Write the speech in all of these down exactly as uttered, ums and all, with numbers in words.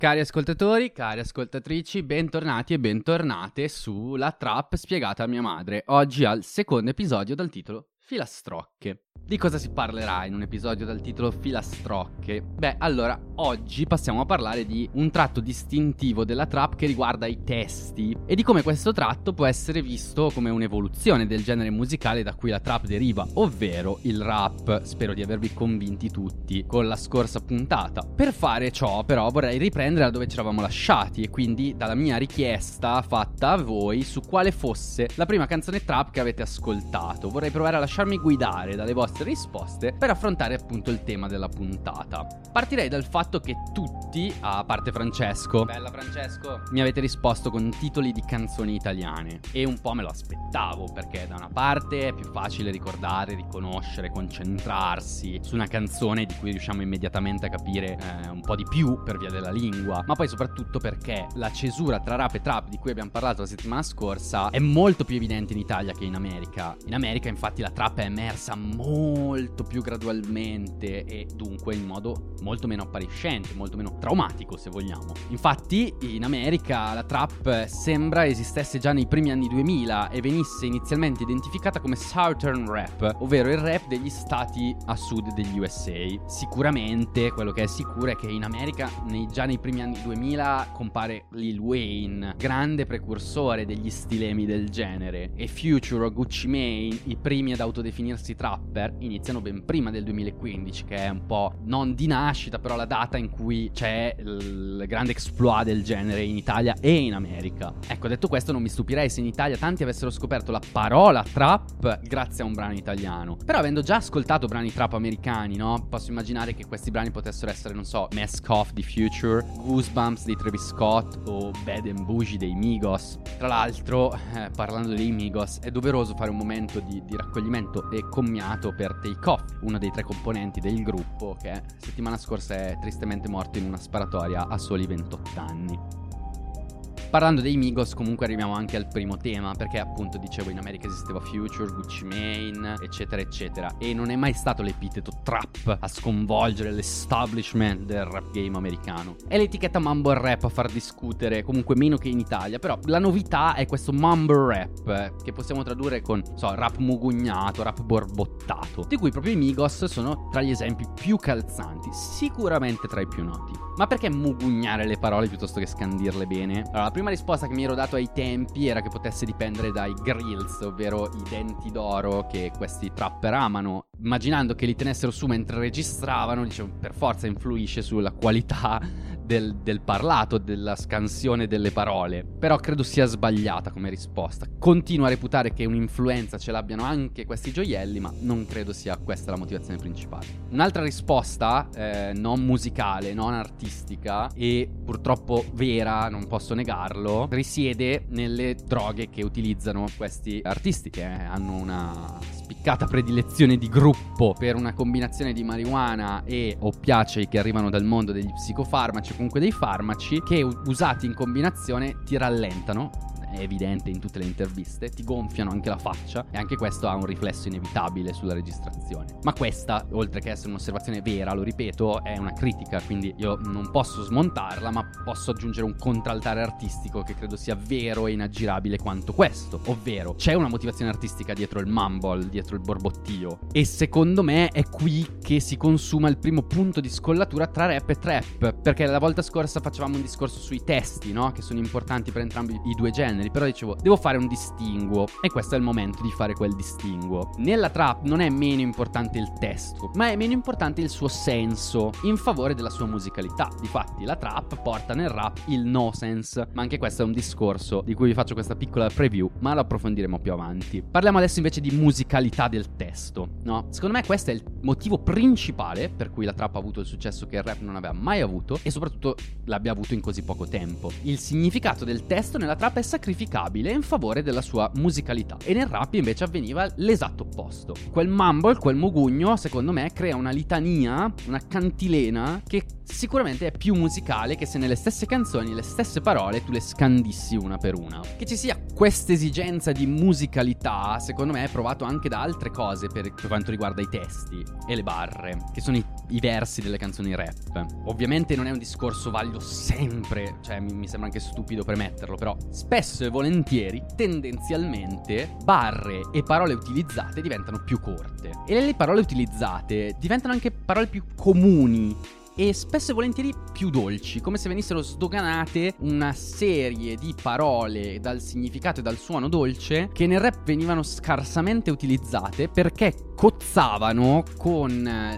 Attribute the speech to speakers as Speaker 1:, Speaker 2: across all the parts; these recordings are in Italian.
Speaker 1: Cari ascoltatori, cari ascoltatrici, bentornati e bentornate su La Trap spiegata a mia madre. Oggi al secondo episodio dal titolo Filastrocche. Di cosa si parlerà in un episodio dal titolo Filastrocche? Beh, allora, oggi passiamo a parlare di un tratto distintivo della trap che riguarda i testi e di come questo tratto può essere visto come un'evoluzione del genere musicale da cui la trap deriva, ovvero il rap. Spero di avervi convinti tutti con la scorsa puntata. Per fare ciò, però, vorrei riprendere da dove ci eravamo lasciati e quindi dalla mia richiesta fatta a voi su quale fosse la prima canzone trap che avete ascoltato. Vorrei provare a lasciarmi guidare dalle vostre risposte per affrontare appunto il tema della puntata. Partirei dal fatto che tutti, a parte Francesco, bella Francesco, mi avete risposto con titoli di canzoni italiane e un po' me lo aspettavo, perché da una parte è più facile ricordare, riconoscere, concentrarsi su una canzone di cui riusciamo immediatamente a capire eh, un po' di più per via della lingua, ma poi soprattutto perché la cesura tra rap e trap di cui abbiamo parlato la settimana scorsa è molto più evidente in Italia che in America. In America infatti la trap è emersa molto più gradualmente e dunque in modo molto meno appariscente, molto meno traumatico se vogliamo. Infatti in America la trap sembra esistesse già nei primi anni duemila e venisse inizialmente identificata come Southern Rap, ovvero il rap degli stati a sud degli U S A. Sicuramente quello che è sicuro è che in America nei, già nei primi anni duemila compare Lil Wayne, grande precursore degli stilemi del genere, e Future o Gucci Mane, i primi ad autodefinirsi trapper, iniziano ben prima del duemilaquindici, che è un po' non di nascita, però la data in cui c'è il grande exploit del genere in Italia e in America. Ecco, detto questo, non mi stupirei se in Italia tanti avessero scoperto la parola trap grazie a un brano italiano. Però avendo già ascoltato brani trap americani, no? Posso immaginare che questi brani potessero essere, non so, Mask Off di Future, Goosebumps di Travis Scott o Bad and Bougie dei Migos. Tra l'altro, eh, parlando dei Migos, è doveroso fare un momento di, di raccoglimento e commiato per Take Off, uno dei tre componenti del gruppo che settimana scorsa è tristemente morto in una sparatoria a soli ventotto anni. Parlando dei Migos, comunque arriviamo anche al primo tema, perché appunto dicevo in America esisteva Future, Gucci Mane, eccetera eccetera, e non è mai stato l'epiteto trap a sconvolgere l'establishment del rap game americano. È l'etichetta mumble rap a far discutere, comunque meno che in Italia, però la novità è questo mumble rap, che possiamo tradurre con, so, rap mugugnato, rap borbottato, di cui proprio i Migos sono tra gli esempi più calzanti, sicuramente tra i più noti. Ma perché mugugnare le parole piuttosto che scandirle bene? Allora, la prima risposta che mi ero dato ai tempi era che potesse dipendere dai grills, ovvero i denti d'oro che questi trapper amano. Immaginando che li tenessero su mentre registravano, dicevo, per forza influisce sulla qualità del, del parlato, della scansione delle parole. Però credo sia sbagliata come risposta. Continuo a reputare che un'influenza ce l'abbiano anche questi gioielli, ma non credo sia questa la motivazione principale. Un'altra risposta, eh, non musicale, non artistica e purtroppo vera, non posso negarlo, risiede nelle droghe che utilizzano questi artisti, che eh, hanno una spiccata predilezione di gruppo per una combinazione di marijuana e oppiacei che arrivano dal mondo degli psicofarmaci o comunque dei farmaci, che usati in combinazione ti rallentano, è evidente in tutte le interviste, ti gonfiano anche la faccia e anche questo ha un riflesso inevitabile sulla registrazione. Ma questa, oltre che essere un'osservazione vera, lo ripeto, è una critica, quindi io non posso smontarla, ma posso aggiungere un contraltare artistico che credo sia vero e inaggirabile quanto questo, ovvero c'è una motivazione artistica dietro il mumble, dietro il borbottio, e secondo me è qui che si consuma il primo punto di scollatura tra rap e trap, perché la volta scorsa facevamo un discorso sui testi, no? Che sono importanti per entrambi i due generi. Però dicevo, devo fare un distinguo e questo è il momento di fare quel distinguo. Nella trap non è meno importante il testo, ma è meno importante il suo senso in favore della sua musicalità. Difatti la trap porta nel rap il no sense, ma anche questo è un discorso di cui vi faccio questa piccola preview, ma lo approfondiremo più avanti. Parliamo adesso invece di musicalità del testo, no? Secondo me questo è il motivo principale per cui la trap ha avuto il successo che il rap non aveva mai avuto e soprattutto l'abbia avuto in così poco tempo. Il significato del testo nella trap è sacrificato in favore della sua musicalità e nel rap invece avveniva l'esatto opposto. Quel mumble, quel mugugno, secondo me crea una litania, una cantilena che sicuramente è più musicale che se nelle stesse canzoni, le stesse parole tu le scandissi una per una. Che ci sia questa esigenza di musicalità va, secondo me, è provato anche da altre cose per, per quanto riguarda i testi e le barre, che sono i, i versi delle canzoni rap. Ovviamente non è un discorso valido sempre, cioè mi, mi sembra anche stupido premetterlo, però spesso e volentieri, tendenzialmente, barre e parole utilizzate diventano più corte. E le parole utilizzate diventano anche parole più comuni e spesso e volentieri più dolci, come se venissero sdoganate una serie di parole dal significato e dal suono dolce che nel rap venivano scarsamente utilizzate perché cozzavano con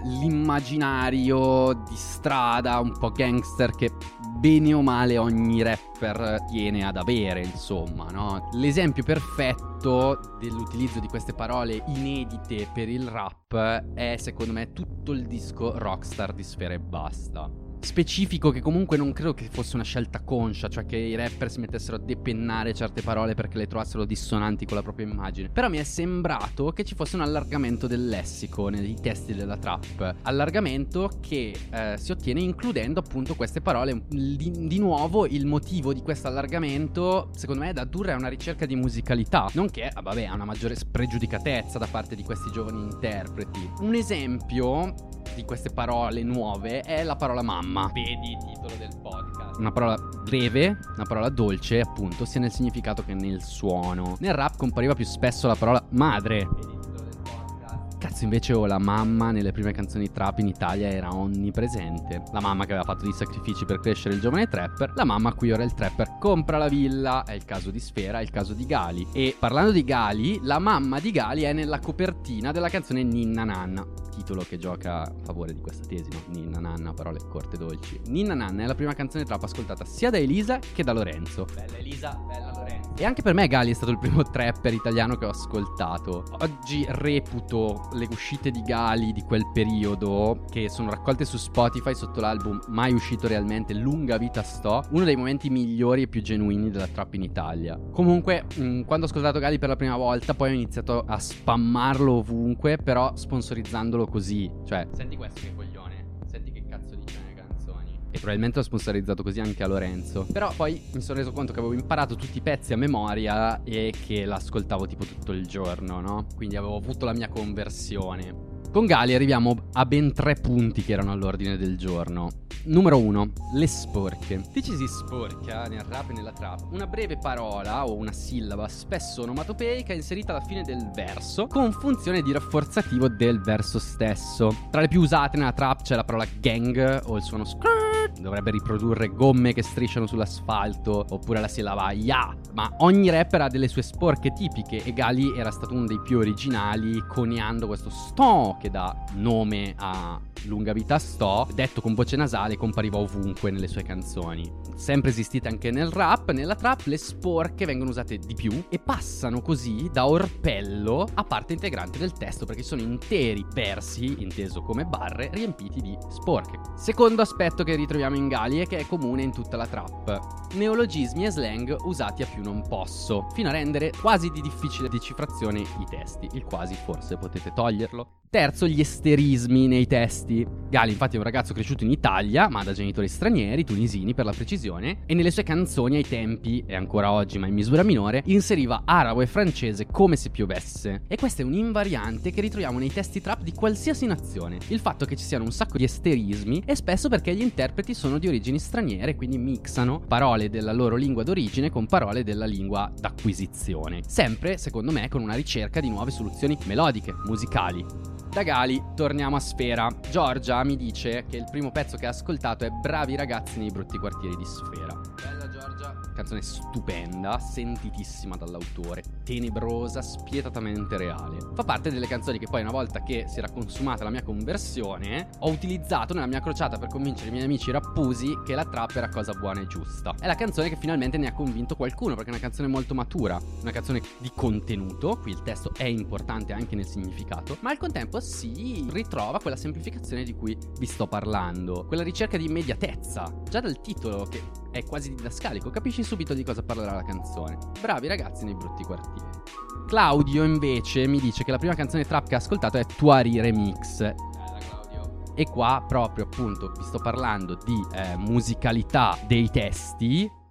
Speaker 1: l'immaginario di strada un po' gangster che bene o male ogni rapper tiene ad avere, insomma, no? L'esempio perfetto dell'utilizzo di queste parole inedite per il rap è, secondo me, tutto il disco Rockstar di Sfera Ebbasta. Specifico che comunque non credo che fosse una scelta conscia, cioè che i rapper si mettessero a depennare certe parole perché le trovassero dissonanti con la propria immagine. Però mi è sembrato che ci fosse un allargamento del lessico nei testi della trap, allargamento che eh, si ottiene includendo appunto queste parole. Di, di nuovo il motivo di questo allargamento secondo me è da addurre a una ricerca di musicalità, nonché ah, vabbè, a una maggiore spregiudicatezza da parte di questi giovani interpreti. Un esempio di queste parole nuove è la parola mamma. Vedi titolo del podcast. Una parola breve, una parola dolce, appunto, sia nel significato che nel suono. Nel rap compariva più spesso la parola madre. Vedi titolo del podcast. Cazzo, invece oh, la mamma nelle prime canzoni trap in Italia era onnipresente. La mamma che aveva fatto dei sacrifici per crescere il giovane trapper. La mamma a cui ora il trapper compra la villa. È il caso di Sfera, è il caso di Gali. E parlando di Gali, la mamma di Gali è nella copertina della canzone Ninna Nanna, titolo che gioca a favore di questa tesi, no? Ninna Nanna, parole corte dolci. Ninna Nanna è la prima canzone trap ascoltata sia da Elisa che da Lorenzo. Bella Elisa, bella Lorenzo. E anche per me Gali è stato il primo trapper italiano che ho ascoltato. Oggi reputo le uscite di Gali di quel periodo, che sono raccolte su Spotify sotto l'album mai uscito realmente, Lunga Vita Sto, uno dei momenti migliori e più genuini della trap in Italia. Comunque, mh, quando ho ascoltato Gali per la prima volta, poi ho iniziato a spammarlo ovunque, però sponsorizzandolo così, cioè senti questo che coglione, senti che cazzo dice nelle canzoni. E probabilmente ho sponsorizzato così anche a Lorenzo. Però poi mi sono reso conto che avevo imparato tutti i pezzi a memoria e che l'ascoltavo tipo tutto il giorno, no? Quindi avevo avuto la mia conversione. Con Gali arriviamo a ben tre punti che erano all'ordine del giorno. Numero uno, le sporche. Dici si sporca nel rap e nella trap una breve parola o una sillaba, spesso onomatopeica, inserita alla fine del verso con funzione di rafforzativo del verso stesso. Tra le più usate nella trap c'è la parola gang o il suono skirt, dovrebbe riprodurre gomme che strisciano sull'asfalto, oppure la sillaba ya. Ma ogni rapper ha delle sue sporche tipiche e Gali era stato uno dei più originali, coniando questo sto che dà nome a Lunga Vita Sto, detto con voce nasale, compariva ovunque nelle sue canzoni. Sempre esistite anche nel rap. Nella trap le sporche vengono usate di più e passano così da orpello a parte integrante del testo, perché sono interi versi, inteso come barre, riempiti di sporche. Secondo aspetto che ritroviamo in Gali e che è comune in tutta la trap: neologismi e slang usati a più non posso, fino a rendere quasi di difficile decifrazione i testi. Il quasi forse potete toglierlo. Terzo, gli esterismi nei testi. Gali infatti è un ragazzo cresciuto in Italia, ma da genitori stranieri, tunisini per la precisione, e nelle sue canzoni ai tempi, e ancora oggi ma in misura minore, inseriva arabo e francese come se piovesse. E questa è un'invariante che ritroviamo nei testi trap di qualsiasi nazione. Il fatto che ci siano un sacco di esterismi è spesso perché gli interpreti sono di origini straniere, quindi mixano parole della loro lingua d'origine con parole della lingua d'acquisizione. Sempre, secondo me, con una ricerca di nuove soluzioni melodiche, musicali. Da Gali torniamo a Sfera. Giorgia mi dice che il primo pezzo che ha ascoltato è Bravi ragazzi nei brutti quartieri di Sfera. Bella Giorgia. Canzone stupenda, sentitissima dall'autore, tenebrosa, spietatamente reale. Fa parte delle canzoni che poi, una volta che si era consumata la mia conversione, ho utilizzato nella mia crociata per convincere i miei amici rappusi che la trap era cosa buona e giusta. È la canzone che finalmente ne ha convinto qualcuno, perché è una canzone molto matura, una canzone di contenuto. Qui il testo è importante anche nel significato, ma al contempo si ritrova quella semplificazione di cui vi sto parlando, quella ricerca di immediatezza. Già dal titolo, che è quasi didascalico, capisci subito di cosa parlerà la canzone. Bravi ragazzi nei brutti quartieri. Claudio invece mi dice che la prima canzone trap che ha ascoltato è Tuari Remix. Bella Claudio. E qua proprio appunto vi sto parlando di eh, musicalità dei testi,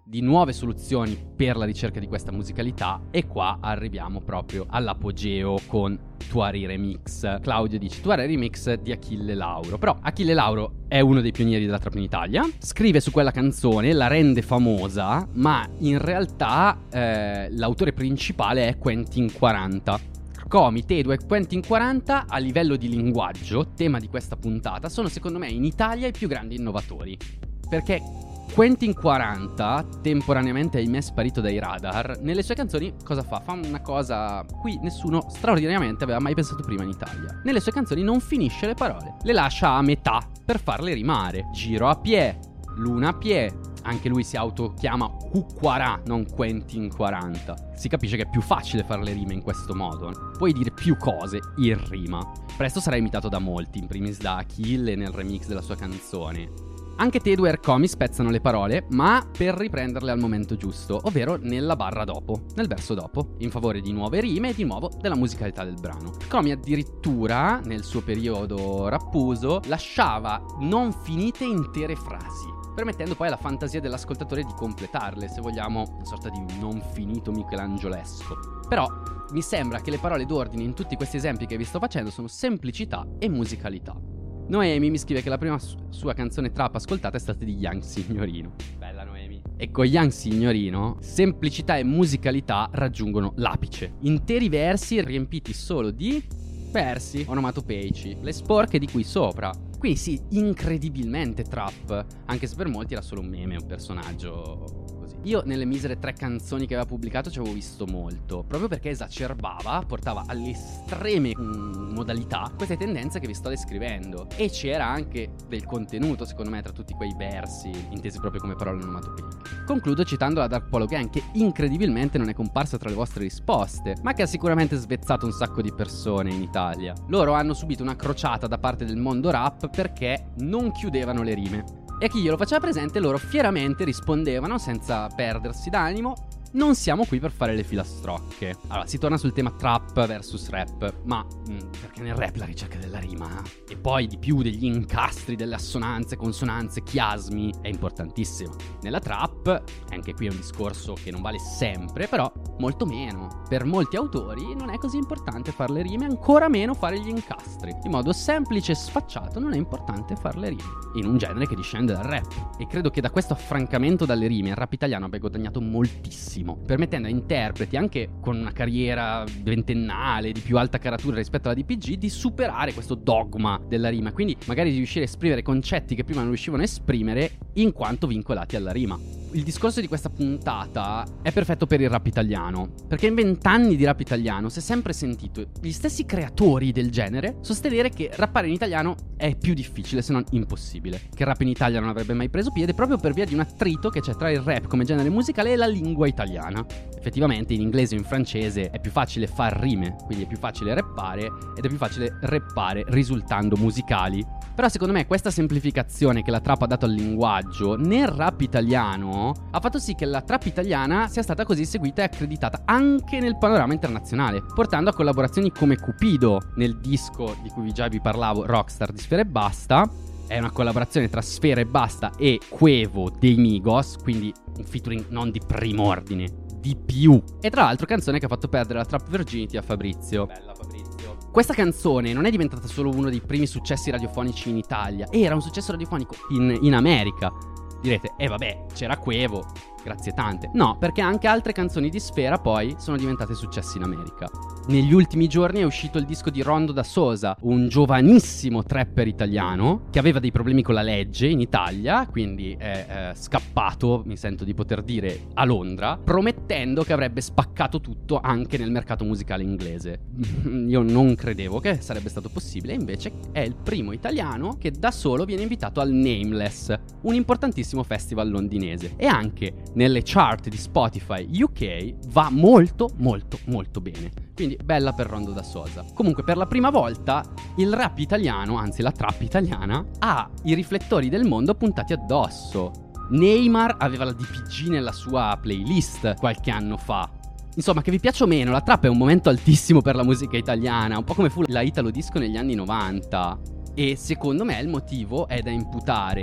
Speaker 1: di nuove soluzioni per la ricerca di questa musicalità, e qua arriviamo proprio all'apogeo con Tuari Remix. Claudio dice Tuari Remix di Achille Lauro. Però Achille Lauro è uno dei pionieri della trap in Italia, scrive su quella canzone, la rende famosa, ma in realtà eh, l'autore principale è Quentin quaranta. Comi, Tedo e Quentin quaranta a livello di linguaggio, tema di questa puntata, sono secondo me in Italia i più grandi innovatori, perché Quentin quaranta, temporaneamente ahimè sparito dai radar, nelle sue canzoni cosa fa? Fa una cosa cui nessuno straordinariamente aveva mai pensato prima in Italia. Nelle sue canzoni non finisce le parole, le lascia a metà per farle rimare. Giro a piè, luna a piè, anche lui si autochiama Cuquarà, non Quentin quaranta. Si capisce che è più facile fare le rime in questo modo. Puoi dire più cose in rima. Presto sarà imitato da molti, in primis da Achille nel remix della sua canzone. Anche Tedo e Ercomi spezzano le parole, ma per riprenderle al momento giusto, ovvero nella barra dopo, nel verso dopo, in favore di nuove rime e di nuovo della musicalità del brano. Comi addirittura, nel suo periodo rappuso, lasciava non finite intere frasi, permettendo poi alla fantasia dell'ascoltatore di completarle, se vogliamo, una sorta di non finito michelangiolesco. Però mi sembra che le parole d'ordine in tutti questi esempi che vi sto facendo sono semplicità e musicalità. Noemi mi scrive che la prima su- sua canzone trap ascoltata è stata di Young Signorino. Bella Noemi. E con Young Signorino semplicità e musicalità raggiungono l'apice. Interi versi riempiti solo di versi onomatopeici, le sporche di qui sopra. Quindi sì, incredibilmente trap, anche se per molti era solo un meme, un personaggio così. Io nelle misere tre canzoni che aveva pubblicato ci avevo visto molto, proprio perché esacerbava, portava alle estreme mm, modalità queste tendenze che vi sto descrivendo. E c'era anche del contenuto, secondo me, tra tutti quei versi, intesi proprio come parole onomatopeiche. Concludo citando la Dark Polo Gang, che incredibilmente non è comparsa tra le vostre risposte, ma che ha sicuramente svezzato un sacco di persone in Italia. Loro hanno subito una crociata da parte del mondo rap perché non chiudevano le rime. E a chi glielo faceva presente loro fieramente rispondevano senza perdersi d'animo: non siamo qui per fare le filastrocche. Allora, si torna sul tema trap versus rap, ma mh, perché nel rap la ricerca della rima e poi di più degli incastri, delle assonanze, consonanze, chiasmi è importantissima. Nella trap, anche qui è un discorso che non vale sempre, però molto meno. Per molti autori non è così importante fare le rime, ancora meno fare gli incastri. In modo semplice e sfacciato non è importante fare le rime, in un genere che discende dal rap. E credo che da questo affrancamento dalle rime il rap italiano abbia guadagnato moltissimo, permettendo a interpreti anche con una carriera ventennale di più alta caratura rispetto alla D P G di superare questo dogma della rima, quindi magari di riuscire a esprimere concetti che prima non riuscivano a esprimere in quanto vincolati alla rima. Il discorso di questa puntata è perfetto per il rap italiano, perché in vent'anni di rap italiano si è sempre sentito gli stessi creatori del genere sostenere che rappare in italiano è più difficile, se non impossibile, che il rap in Italia non avrebbe mai preso piede proprio per via di un attrito che c'è tra il rap come genere musicale e la lingua italiana. Effettivamente in inglese o in francese è più facile far rime, quindi è più facile rappare, ed è più facile rappare risultando musicali. Però secondo me questa semplificazione che la trap ha dato al linguaggio nel rap italiano ha fatto sì che la trap italiana sia stata così seguita e accreditata anche nel panorama internazionale, portando a collaborazioni come Cupido nel disco di cui già vi parlavo, Rockstar di Sfera Ebbasta. È una collaborazione tra Sfera Ebbasta e Quevo dei Migos, quindi un featuring non di primo ordine, di più. E tra l'altro canzone che ha fatto perdere la trap virginity a Fabrizio. Bella Fabrizio. Questa canzone non è diventata solo uno dei primi successi radiofonici in Italia, era un successo radiofonico in, in America. Direte, eh vabbè, c'era Quevo, grazie tante. No, perché anche altre canzoni di Sfera poi sono diventate successi in America. Negli ultimi giorni è uscito il disco di Rondo da Sosa, un giovanissimo trapper italiano che aveva dei problemi con la legge in Italia, quindi è eh, scappato, mi sento di poter dire, a Londra, promettendo che avrebbe spaccato tutto anche nel mercato musicale inglese. Io non credevo che sarebbe stato possibile, invece è il primo italiano che da solo viene invitato al Nameless, un importantissimo festival londinese, e anche nelle chart di Spotify U K va molto molto molto bene. Quindi bella per Rondo da Sosa. Comunque per la prima volta il rap italiano, anzi la trap italiana, ha i riflettori del mondo puntati addosso. Neymar aveva la D P G nella sua playlist qualche anno fa. Insomma, che vi piaccia o meno, la trap è un momento altissimo per la musica italiana, un po' come fu la Italo Disco negli anni novanta. E secondo me il motivo è da imputare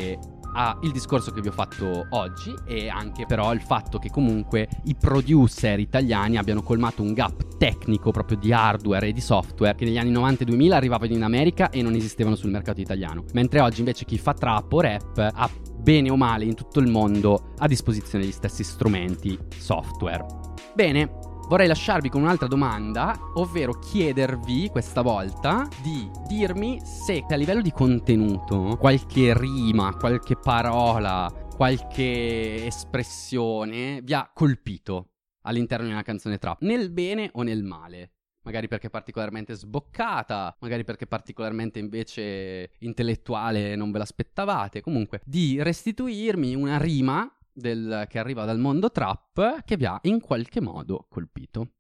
Speaker 1: al discorso che vi ho fatto oggi e anche però il fatto che comunque i producer italiani abbiano colmato un gap tecnico proprio di hardware e di software che negli anni novanta e duemila arrivavano in America e non esistevano sul mercato italiano, mentre oggi invece chi fa trap o rap ha bene o male in tutto il mondo a disposizione gli stessi strumenti software. Bene, vorrei lasciarvi con un'altra domanda, ovvero chiedervi questa volta di dirmi se a livello di contenuto qualche rima, qualche parola, qualche espressione vi ha colpito all'interno di una canzone trap, nel bene o nel male. Magari perché è particolarmente sboccata, magari perché è particolarmente invece intellettuale, non ve l'aspettavate. Comunque, di restituirmi una rima del, che arriva dal mondo trap che vi ha in qualche modo colpito.